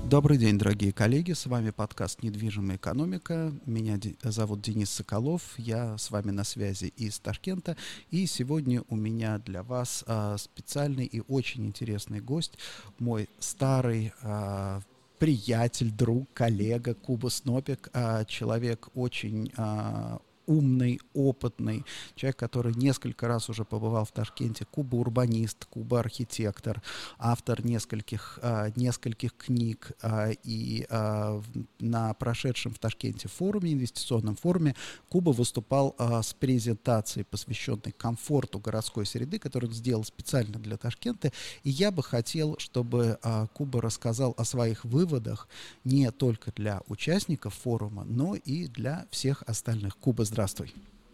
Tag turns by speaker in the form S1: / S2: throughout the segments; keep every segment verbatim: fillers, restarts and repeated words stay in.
S1: Добрый день, дорогие коллеги, с вами подкаст «Недвижимая экономика». Меня зовут Денис Соколов, я с вами на связи из Ташкента. И сегодня у меня для вас а, специальный и очень интересный гость, мой старый а, приятель, друг, коллега Куба Снопик, а, человек очень а, умный, опытный, человек, который несколько раз уже побывал в Ташкенте, Куба-урбанист, Куба-архитектор, автор нескольких, а, нескольких книг, а, и а, в, на прошедшем в Ташкенте форуме, инвестиционном форуме, Куба выступал а, с презентацией, посвященной комфорту городской среды, которую он сделал специально для Ташкента. И я бы хотел, чтобы а, Куба рассказал о своих выводах не только для участников форума, но и для всех остальных. Куба, здравствуй.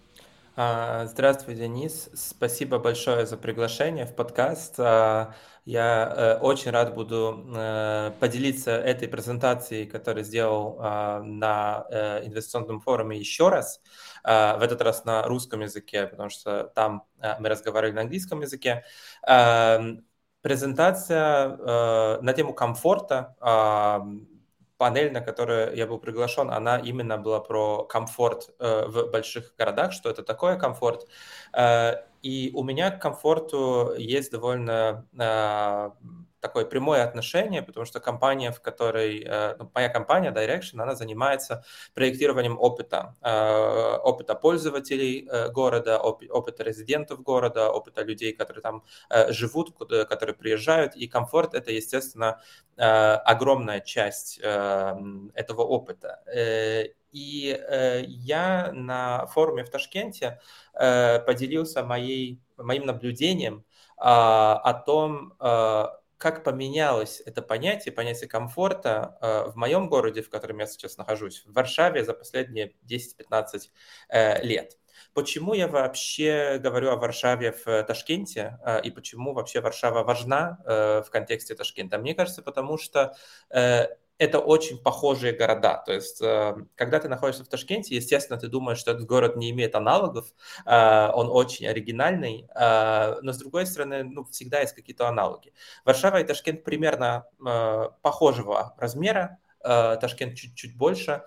S2: А, Здравствуй, Денис. Спасибо большое за приглашение в подкаст. А, Я э, очень рад буду э, поделиться этой презентацией, которую сделал а, на э, инвестиционном форуме еще раз. А, В этот раз на русском языке, потому что там а, мы разговаривали на английском языке. А, Презентация э, на тему комфорта. а, Панель, на которую я был приглашен, она именно была про комфорт э, в больших городах, что это такое комфорт. Э, и у меня к комфорту есть довольно э, такое прямое отношение, потому что компания, в которой, э, ну, моя компания Direction, она занимается проектированием опыта, э, опыта пользователей э, города, оп- опыта резидентов города, опыта людей, которые там э, живут, куда, которые приезжают. И комфорт — это, естественно, э, огромная часть э, этого опыта. Э, И э, я на форуме в Ташкенте э, поделился моей, моим наблюдением а, о том, э, как поменялось это понятие, понятие комфорта э, в моем городе, в котором я сейчас нахожусь, в Варшаве за последние десять-пятнадцать э, лет. Почему я вообще говорю о Варшаве в Ташкенте э, и почему вообще Варшава важна э, в контексте Ташкента? Мне кажется, потому что э, это очень похожие города. То есть, э, когда ты находишься в Ташкенте, естественно, ты думаешь, что этот город не имеет аналогов, э, он очень оригинальный, э, но с другой стороны, ну, всегда есть какие-то аналоги. Варшава и Ташкент примерно э, похожего размера, э, Ташкент чуть-чуть больше.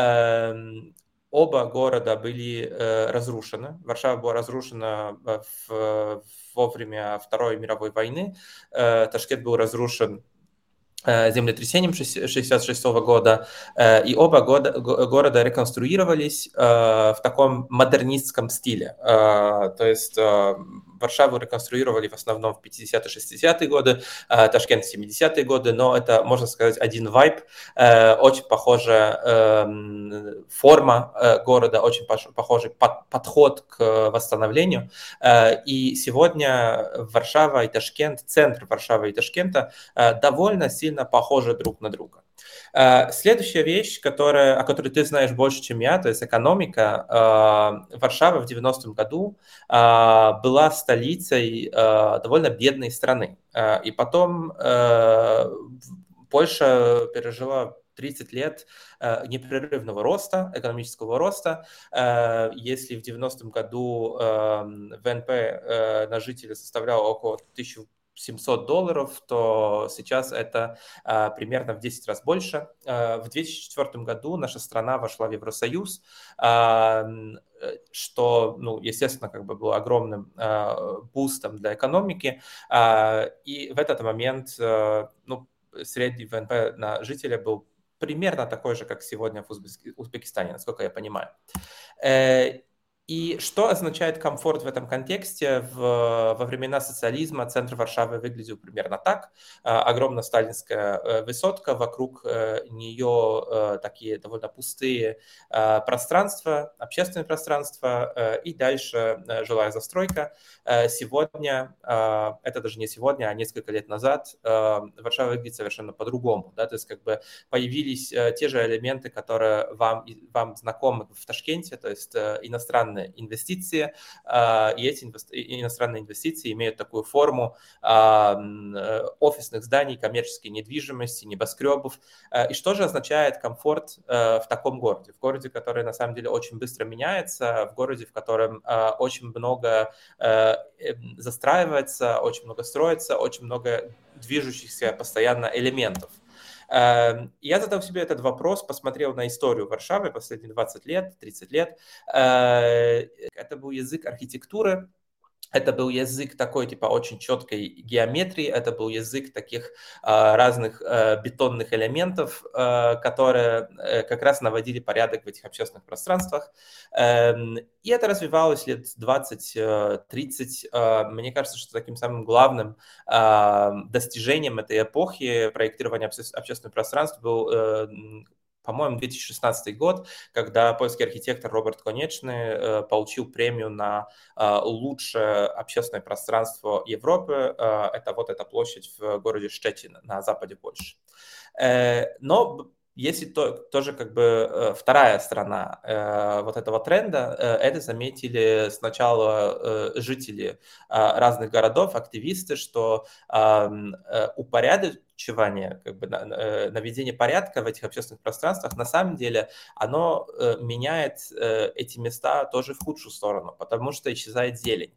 S2: Эм, Оба города были э, разрушены. Варшава была разрушена э, в, во время Второй мировой войны. Э, Ташкент был разрушен э, землетрясением шестьдесят шестого года, э, и оба года, го- города реконструировались э, в таком модернистском стиле. Э, То есть э, Варшаву реконструировали в основном в пятидесятые шестидесятые годы, э, Ташкент в семидесятые годы, но это, можно сказать, один вайб, э, очень похожая э, форма э, города, очень пош- похожий под- подход к восстановлению. Э, И сегодня Варшава и Ташкент, центр Варшавы и Ташкента э, довольно сильно похожи друг на друга. Э, Следующая вещь, которая, о которой ты знаешь больше, чем я, то есть экономика. Э, Варшава в девяностом году э, была столицей э, довольно бедной страны. Э, И потом э, Польша пережила тридцать лет э, непрерывного роста, экономического роста. Э, Если в девяностом году э, ВНП э, на жителя составлял около тысячи семьсот долларов, то сейчас это а, примерно в десять раз больше. А, в две тысячи четвёртом году наша страна вошла в Евросоюз, а, что, ну, естественно, как бы было огромным а, бустом для экономики. А, и в этот момент, а, ну, средний ВНП на жителя был примерно такой же, как сегодня в Узбеки- Узбекистане, насколько я понимаю. Э, И что означает комфорт в этом контексте? В, во времена социализма центр Варшавы выглядел примерно так. А, Огромная сталинская э, высотка, вокруг э, нее э, такие довольно пустые э, пространства, общественные пространства, э, и дальше э, жилая застройка. Э, Сегодня, э, это даже не сегодня, а несколько лет назад, э, Варшава выглядит совершенно по-другому. Да? То есть как бы появились э, те же элементы, которые вам, и- вам знакомы в Ташкенте, то есть э, иностранные инвестиции, э, и эти инвес- и иностранные инвестиции имеют такую форму э, м, э, офисных зданий, коммерческой недвижимости, небоскребов. Э, И что же означает комфорт э, в таком городе? В городе, который на самом деле очень быстро меняется, в городе, в котором э, очень много э, э, застраивается, очень много строится, очень много движущихся постоянно элементов. Э, Я задал себе этот вопрос, посмотрел на историю Варшавы последние двадцать лет, тридцать лет. Э, Это был язык архитектуры. Это был язык такой, типа, очень четкой геометрии, это был язык таких а, разных а, бетонных элементов, а, которые а, как раз наводили порядок в этих общественных пространствах. Эм, и это развивалось лет двадцать-тридцать. Мне кажется, что таким самым главным а, достижением этой эпохи проектирования обще- общественных пространств был, э, по-моему, две тысячи шестнадцатый год, когда польский архитектор Роберт Конечный э, получил премию на э, лучшее общественное пространство Европы. Э, Это вот эта площадь в городе Szczecin на западе Польши. Э, Но если то, тоже как бы э, вторая сторона э, вот этого тренда, э, это заметили сначала э, жители э, разных городов, активисты, что э, э, упорядочивание, как бы на- э, наведение порядка в этих общественных пространствах, на самом деле оно э, меняет э, эти места тоже в худшую сторону, потому что исчезает зелень.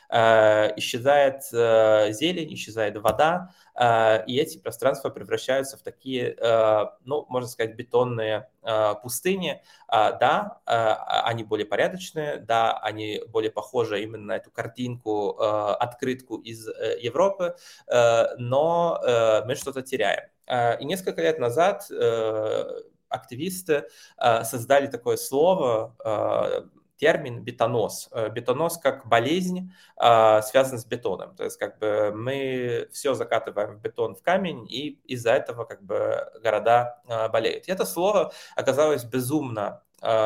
S2: Э, Исчезает э, зелень, исчезает вода, э, и эти пространства превращаются в такие, э, ну, можно сказать, бетонные э, пустыни. А, Да, э, они более порядочные, да, они более похожи именно на эту картинку, э, открытку из э, Европы, э, но э, мы что-то теряем. Э, И несколько лет назад э, активисты э, создали такое слово, э, термин бетоноз. Э, Бетоноз как болезнь э, связан с бетоном. То есть как бы мы все закатываем в бетон, в камень, и из-за этого как бы города э, болеют. И это слово оказалось безумно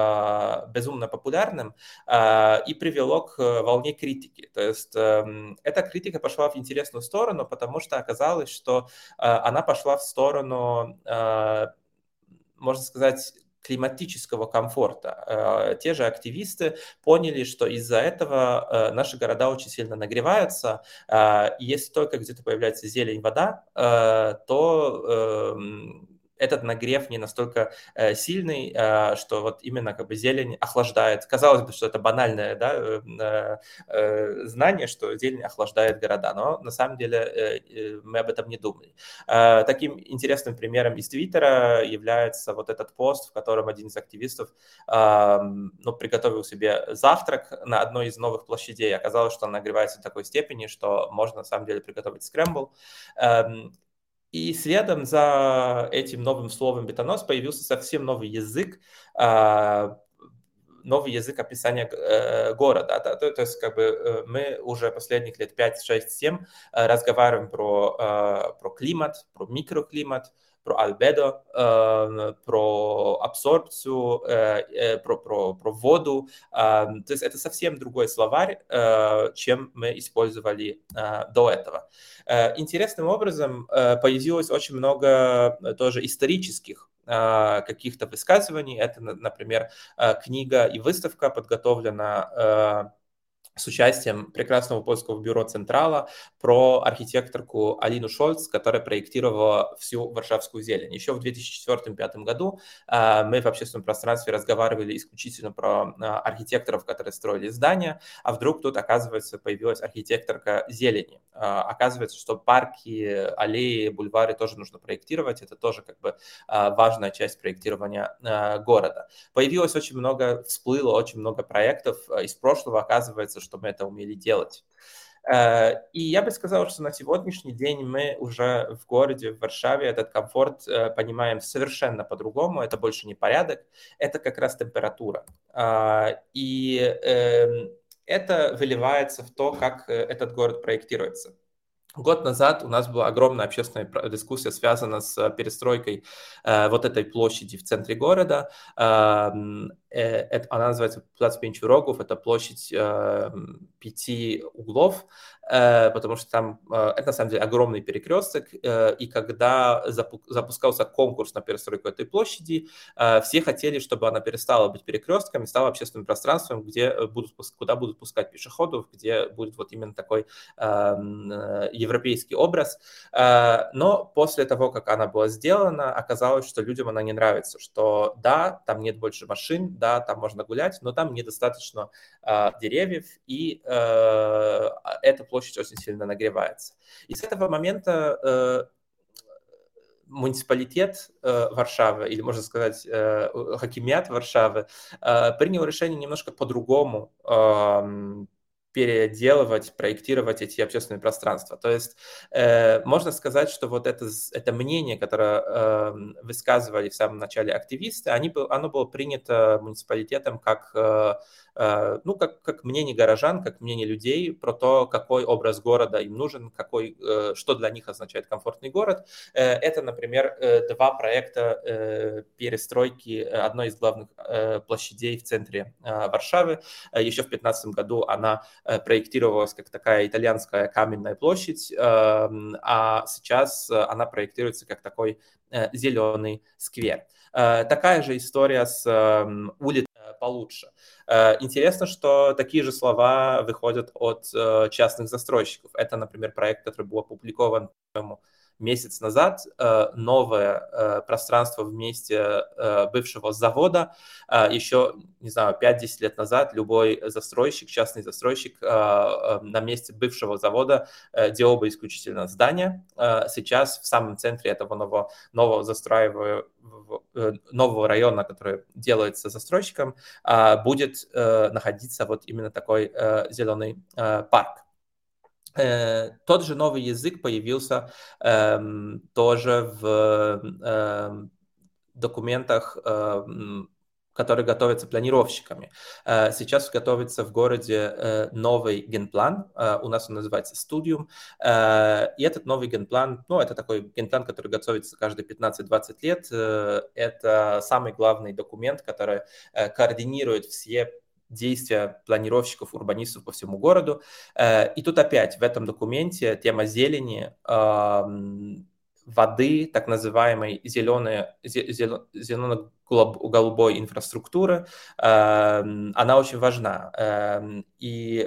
S2: э, безумно популярным э, и привело к э, волне критики. То есть эм, эта критика пошла в интересную сторону, потому что оказалось, что э, она пошла в сторону, э, можно сказать, климатического комфорта. Э, Те же активисты поняли, что из-за этого э, наши города очень сильно нагреваются, э, и если только где-то появляется зелень, вода, э, то эм, этот нагрев не настолько э, сильный, э, что вот именно как бы зелень охлаждает. Казалось бы, что это банальное, да, э, э, знание, что зелень охлаждает города, но на самом деле э, э, мы об этом не думали. Э, Таким интересным примером из Твиттера является вот этот пост, в котором один из активистов эм, ну, приготовил себе завтрак на одной из новых площадей. Оказалось, что он нагревается до такой степени, что можно на самом деле приготовить скрэмбл. Эм, И следом за этим новым словом бетонос появился совсем новый язык, э, новый язык описания э, города. Да, то, то есть как бы э, мы уже последних лет пять, шесть, семь э, разговариваем про, э, про климат, про микроклимат, про альбедо, э, про абсорбцию, э, э, про, про, про воду. Э, то есть это совсем другой словарь, э, чем мы использовали э, до этого. Э, интересным образом э, появилось очень много э, тоже исторических э, каких-то высказываний. Это, на- например, э, книга и выставка подготовлена э, с участием прекрасного польского бюро «Централа» про архитекторку Алину Шольц, которая проектировала всю Варшавскую зелень. Еще в две тысячи четвёртом-пятом году э, мы в общественном пространстве разговаривали исключительно про э, архитекторов, которые строили здания, а вдруг тут, оказывается, появилась архитекторка зелени. Э, оказывается, что парки, аллеи, бульвары тоже нужно проектировать, это тоже как бы э, важная часть проектирования э, города. Появилось очень много, всплыло очень много проектов э, из прошлого, оказывается, что мы это умели делать. Э, И я бы сказал, что на сегодняшний день мы уже в городе, в Варшаве, этот комфорт э, понимаем совершенно по-другому. Это больше не порядок, это как раз температура. А, И эм, это выливается в то, как э, этот город проектируется. Год назад у нас была огромная общественная про- дискуссия, связанная с э, перестройкой э, вот этой площади в центре города. Эм, э, это- она называется Плац Пенчурогов, это площадь э, пяти углов, э, потому что там э, это на самом деле огромный перекресток, э, и когда запу- запускался конкурс на перестройку этой площади, э, все хотели, чтобы она перестала быть перекрестком и стала общественным пространством, где э, будут, пус- куда будут пускать пешеходов, где будет вот именно такой эм, э, европейский образ. Э, Но после того, как она была сделана, оказалось, что людям она не нравится, что да, там нет больше машин, да, там можно гулять, но там недостаточно э, деревьев, и э, эта площадь очень сильно нагревается. И с этого момента э, муниципалитет Варшавы, или, можно сказать, хакимиат Варшавы, принял решение немножко по-другому переделывать, проектировать эти общественные пространства. То есть э, можно сказать, что вот это, это мнение, которое э, высказывали в самом начале активисты, они, оно было принято муниципалитетом как, э, э, ну, как, как мнение горожан, как мнение людей про то, какой образ города им нужен, какой, э, что для них означает комфортный город. Э, это, например, э, два проекта э, перестройки одной из главных э, площадей в центре э, Варшавы. Еще в две тысячи пятнадцатом году она проектировалась как такая итальянская каменная площадь, а сейчас она проектируется как такой зеленый сквер. Такая же история с улицей получше. Интересно, что такие же слова выходят от частных застройщиков. Это, например, проект, который был опубликован, по-моему, месяц назад, новое пространство в месте бывшего завода. Еще, не знаю, пять-десять лет назад любой застройщик, частный застройщик на месте бывшего завода делал бы исключительно здание. Сейчас в самом центре этого нового, нового застраиваемого нового района, который делается застройщиком, будет находиться вот именно такой зеленый парк. Тот же новый язык появился эм, тоже в эм, документах, эм, которые готовятся планировщиками. Э, сейчас готовится в городе э, новый генплан, э, у нас он называется «Студиум», э, и этот новый генплан, ну, это такой генплан, который готовится каждые пятнадцать-двадцать лет, э, это самый главный документ, который э, координирует все действия планировщиков, урбанистов по всему городу. И тут опять в этом документе тема зелени, воды, так называемой зеленой, зелено-голубой инфраструктуры, она очень важна. И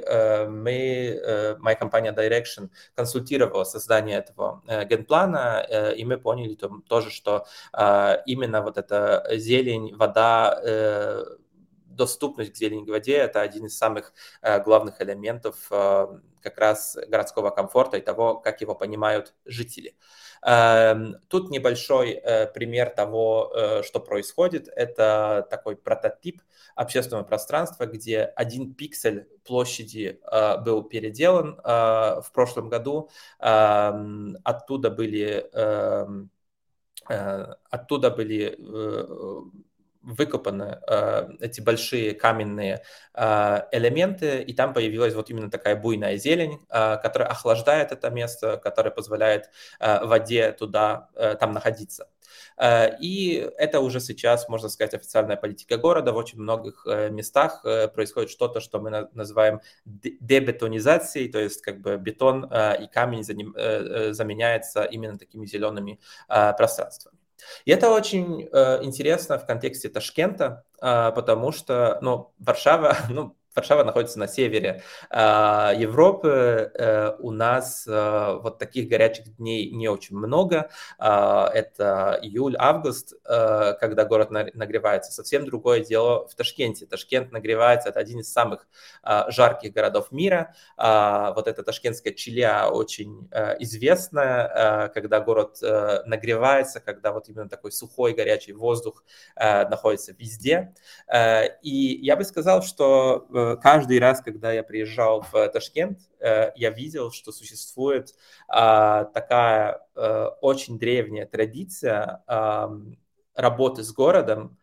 S2: мы, моя компания Direction консультировала создание этого генплана, и мы поняли тоже, что именно вот эта зелень, вода, доступность к зелени, к воде – это один из самых э, главных элементов э, как раз городского комфорта и того, как его понимают жители. Э, тут небольшой э, пример того, э, что происходит. Это такой прототип общественного пространства, где один пиксель площади э, был переделан э, в прошлом году. Э, оттуда были, э, э, оттуда были э, выкопаны э, эти большие каменные э, элементы, и там появилась вот именно такая буйная зелень, э, которая охлаждает это место, которая позволяет э, воде туда, э, там находиться. Э, и это уже сейчас, можно сказать, официальная политика города. В очень многих э, местах э, происходит что-то, что мы на- называем дебетонизацией, то есть как бы бетон э, и камень за ним, э, заменяется именно такими зелеными э, пространствами. И это очень э, интересно в контексте Ташкента, э, потому что, ну, Варшава, ну, Варшава находится на севере э, Европы, э, у нас э, вот таких горячих дней не очень много, э, это июль, август, э, когда город нагревается. Совсем другое дело в Ташкенте. Ташкент нагревается, это один из самых э, жарких городов мира, э, вот эта ташкентская чилия очень э, известная, э, когда город э, нагревается, когда вот именно такой сухой горячий воздух э, находится везде. Э, и я бы сказал, что э, каждый раз, когда я приезжал в Ташкент, я видел, что существует такая очень древняя традиция работы с городом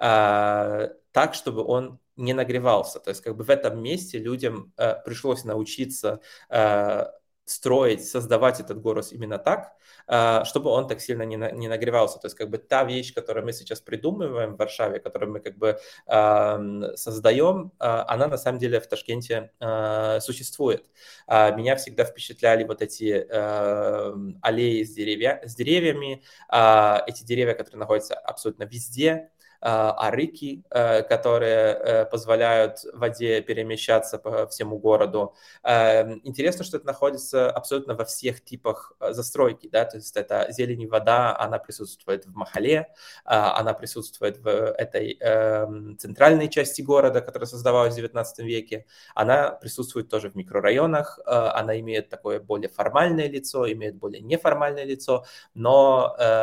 S2: так, чтобы он не нагревался. То есть как бы в этом месте людям пришлось научиться строить, создавать этот город именно так, чтобы он так сильно не, на, не нагревался. То есть как бы та вещь, которую мы сейчас придумываем в Варшаве, которую мы как бы создаем, она на самом деле в Ташкенте существует. Меня всегда впечатляли вот эти аллеи с, деревья, с деревьями, эти деревья, которые находятся абсолютно везде, арыки, которые позволяют воде перемещаться по всему городу. Интересно, что это находится абсолютно во всех типах застройки, да, то есть это зелень и вода, она присутствует в Махале, она присутствует в этой центральной части города, которая создавалась в девятнадцатом веке, она присутствует тоже в микрорайонах, она имеет такое более формальное лицо, имеет более неформальное лицо, но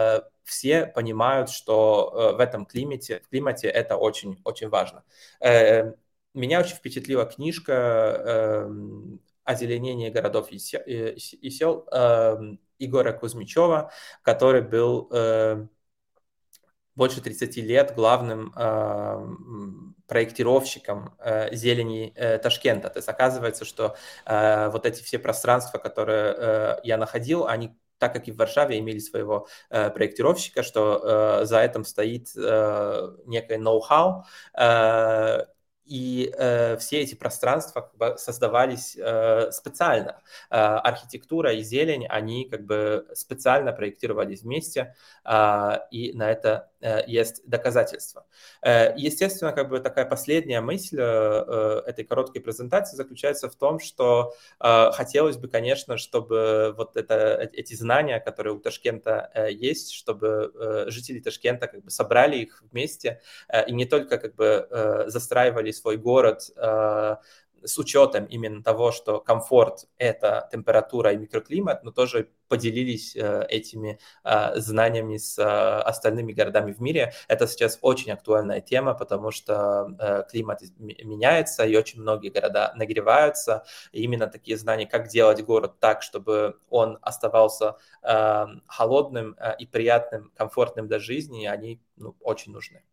S2: все понимают, что в этом климате, в климате это очень, очень важно. Меня очень впечатлила книжка «Озеленение городов и сел» Игоря Кузьмичева, который был больше тридцати лет главным э, проектировщиком э, зелени э, Ташкента. То есть оказывается, что э, вот эти все пространства, которые э, я находил, они, так как и в Варшаве, имели своего э, проектировщика, что э, за этим стоит э, некое ноу-хау, э, и э, все эти пространства как бы создавались э, специально. Э, архитектура и зелень, они как бы специально проектировались вместе, э, и на это э, есть доказательства. Э, естественно, как бы такая последняя мысль э, этой короткой презентации заключается в том, что э, хотелось бы, конечно, чтобы вот это, эти знания, которые у Ташкента э, есть, чтобы э, жители Ташкента как бы собрали их вместе э, и не только как бы э, застраивали свой город э, с учетом именно того, что комфорт – это температура и микроклимат, но тоже поделились э, этими э, знаниями с э, остальными городами в мире. Это сейчас очень актуальная тема, потому что э, климат меняется, и очень многие города нагреваются. И именно такие знания, как делать город так, чтобы он оставался э, холодным э, и приятным, комфортным для жизни, они ну, очень нужны.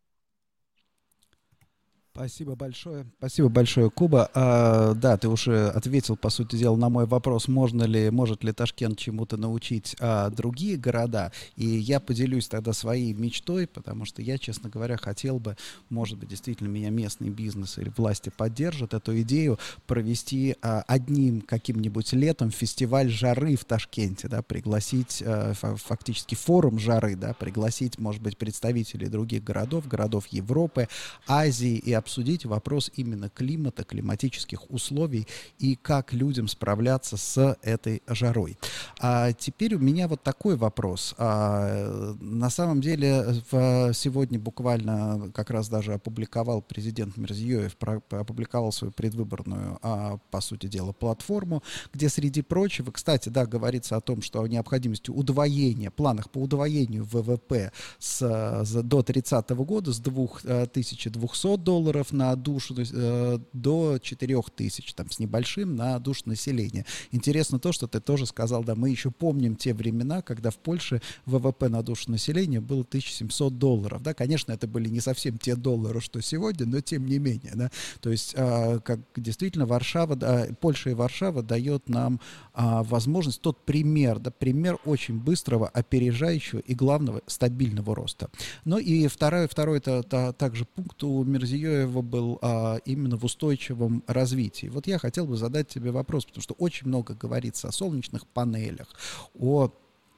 S1: Спасибо большое. Спасибо большое, Куба. А, да, ты уже ответил, по сути дела, на мой вопрос, можно ли, может ли Ташкент чему-то научить а, другие города. И я поделюсь тогда своей мечтой, потому что я, честно говоря, хотел бы, может быть, действительно меня местный бизнес или власти поддержат эту идею, провести а, одним каким-нибудь летом фестиваль жары в Ташкенте, да, пригласить а, фактически форум жары, да, пригласить, может быть, представителей других городов, городов Европы, Азии и обсудить вопрос именно климата, климатических условий и как людям справляться с этой жарой. А теперь у меня вот такой вопрос. А, на самом деле в, сегодня буквально как раз даже опубликовал президент Мирзиёев, про, опубликовал свою предвыборную, а, по сути дела, платформу, где среди прочего, кстати, да, говорится о том, что о необходимости удвоения, планах по удвоению ВВП с, с, до тридцатого года с двух тысяч двухсот долларов на душу э, до четырёх тысяч, там, с небольшим на душу населения. Интересно то, что ты тоже сказал, да, мы еще помним те времена, когда в Польше ВВП на душу населения было тысяча семьсот долларов, да, конечно, это были не совсем те доллары, что сегодня, но тем не менее, да, то есть, э, как действительно Варшава, да, Польша и Варшава дает нам э, возможность, тот пример, да, пример очень быстрого, опережающего и, главного, стабильного роста. Ну и второй, второй это, это также пункт у Мирзиёева был а, именно в устойчивом развитии. Вот я хотел бы задать тебе вопрос, потому что очень много говорится о солнечных панелях, о,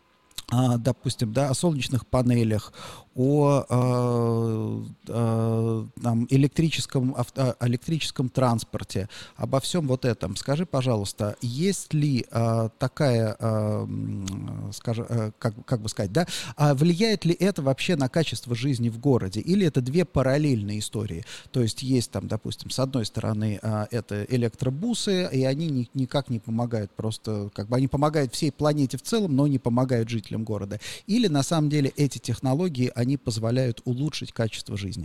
S1: а, допустим, да, о солнечных панелях, о а, а, там, электрическом, авто, электрическом транспорте, обо всем вот этом. Скажи, пожалуйста, есть ли а, такая, а, скажем, а, как, как бы сказать, да, а влияет ли это вообще на качество жизни в городе? Или это две параллельные истории? То есть есть там, допустим, с одной стороны а, это электробусы, и они ни, никак не помогают, просто как бы они помогают всей планете в целом, но не помогают жителям города. Или на самом деле эти технологии, они позволяют улучшить качество жизни?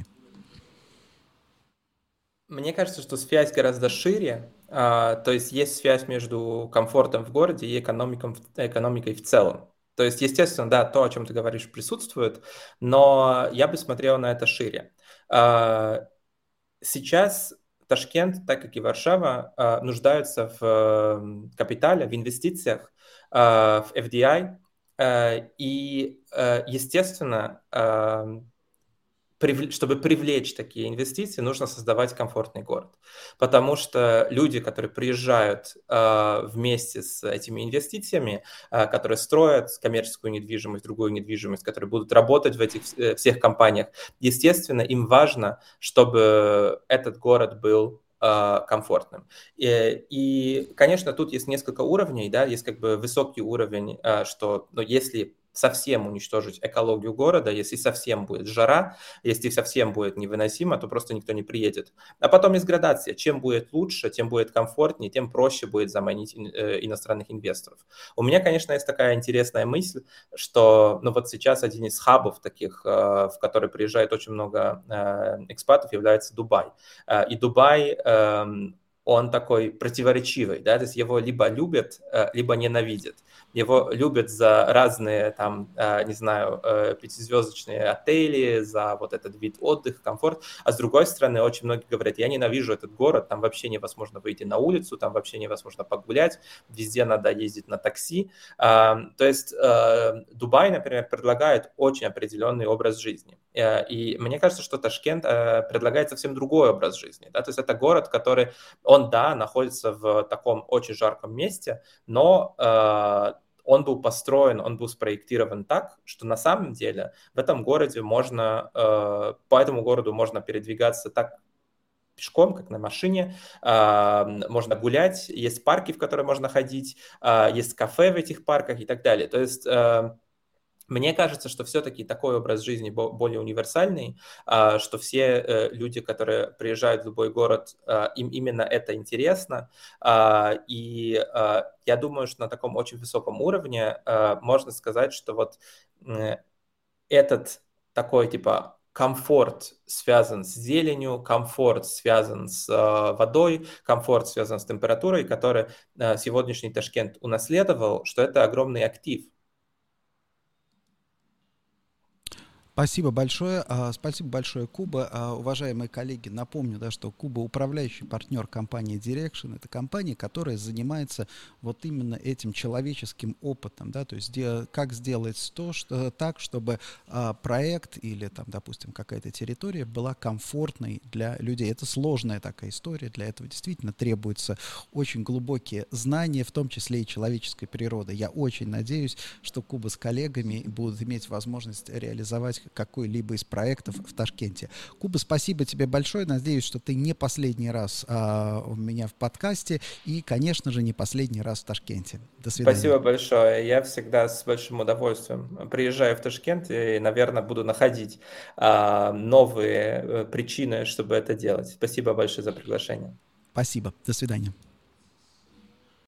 S2: Мне кажется, что связь гораздо шире. А, то есть есть связь между комфортом в городе и экономиком, экономикой в целом. То есть, естественно, да, то, о чем ты говоришь, присутствует, но я бы смотрел на это шире. А, сейчас Ташкент, так как и Варшава, а, нуждаются в э, капитале, в инвестициях, а, в эф ди ай. А, и, э, естественно, а, чтобы привлечь такие инвестиции, нужно создавать комфортный город. Потому что люди, которые приезжают э, вместе с этими инвестициями, э, которые строят коммерческую недвижимость, другую недвижимость, которые будут работать в этих э, всех компаниях, естественно, им важно, чтобы этот город был э, комфортным. И, и, конечно, тут есть несколько уровней, да, есть как бы высокий уровень, э, что, ну, если совсем уничтожить экологию города, если совсем будет жара, если совсем будет невыносимо, то просто никто не приедет. А потом есть градация. Чем будет лучше, тем будет комфортнее, тем проще будет заманить иностранных инвесторов. У меня, конечно, есть такая интересная мысль, что ну вот сейчас один из хабов таких, в который приезжает очень много экспатов, является Дубай. И Дубай, он такой противоречивый, да, то есть его либо любят, либо ненавидят. Его любят за разные, там, не знаю, пятизвездочные отели, за вот этот вид отдыха, комфорт. А с другой стороны, очень многие говорят, я ненавижу этот город, там вообще невозможно выйти на улицу, там вообще невозможно погулять, везде надо ездить на такси. То есть Дубай, например, предлагает очень определенный образ жизни. И мне кажется, что Ташкент предлагает совсем другой образ жизни. Да? То есть это город, который, он, да, находится в таком очень жарком месте, но он был построен, он был спроектирован так, что на самом деле в этом городе можно, по этому городу можно передвигаться так пешком, как на машине, можно гулять, есть парки, в которые можно ходить, есть кафе в этих парках и так далее. То есть мне кажется, что все-таки такой образ жизни более универсальный, что все люди, которые приезжают в любой город, им именно это интересно. И я думаю, что на таком очень высоком уровне можно сказать, что вот этот такой типа комфорт связан с зеленью, комфорт связан с водой, комфорт связан с температурой, который сегодняшний Ташкент унаследовал, что это огромный актив.
S1: Спасибо большое. Спасибо большое, Куба. Уважаемые коллеги, напомню, да, что Куба — управляющий партнер компании Direction. Это компания, которая занимается вот именно этим человеческим опытом, да, то есть как сделать то, что, так, чтобы а, проект или, там, допустим, какая-то территория была комфортной для людей. Это сложная такая история. Для этого действительно требуются очень глубокие знания, в том числе и человеческой природы. Я очень надеюсь, что Куба с коллегами будут иметь возможность реализовать какой-либо из проектов в Ташкенте. Куба, спасибо тебе большое. Надеюсь, что ты не последний раз а, у меня в подкасте и, конечно же, не последний раз в Ташкенте. До свидания.
S2: Спасибо большое. Я всегда с большим удовольствием приезжаю в Ташкент и, наверное, буду находить а, новые причины, чтобы это делать. Спасибо большое за приглашение.
S1: Спасибо. До свидания.